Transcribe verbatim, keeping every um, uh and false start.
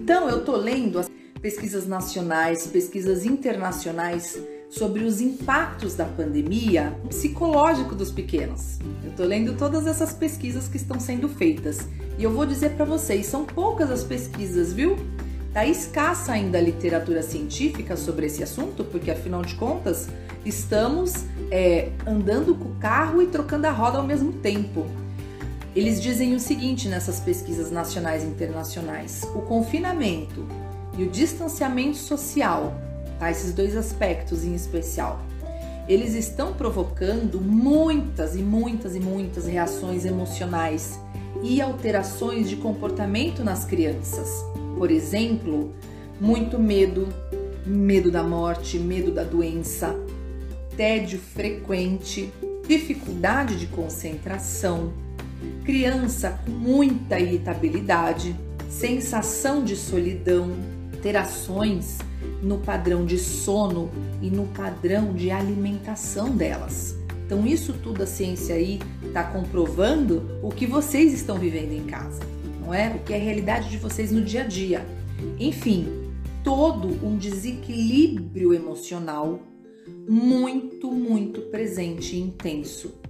Então, eu tô lendo as pesquisas nacionais, pesquisas internacionais sobre os impactos da pandemia psicológico dos pequenos. Eu tô lendo todas essas pesquisas que estão sendo feitas e eu vou dizer para vocês, são poucas as pesquisas, viu? Tá escassa ainda a literatura científica sobre esse assunto, porque afinal de contas estamos é, andando com o carro e trocando a roda ao mesmo tempo. Eles dizem o seguinte nessas pesquisas nacionais e internacionais: o confinamento e o distanciamento social, tá? Esses dois aspectos em especial, eles estão provocando muitas e muitas e muitas reações emocionais e alterações de comportamento nas crianças. Por exemplo, muito medo, medo da morte, medo da doença, tédio frequente, dificuldade de concentração, criança com muita irritabilidade, sensação de solidão, alterações no padrão de sono e no padrão de alimentação delas. Então isso tudo a ciência aí está comprovando o que vocês estão vivendo em casa, não é? O que é a realidade de vocês no dia a dia. Enfim, todo um desequilíbrio emocional muito, muito presente e intenso.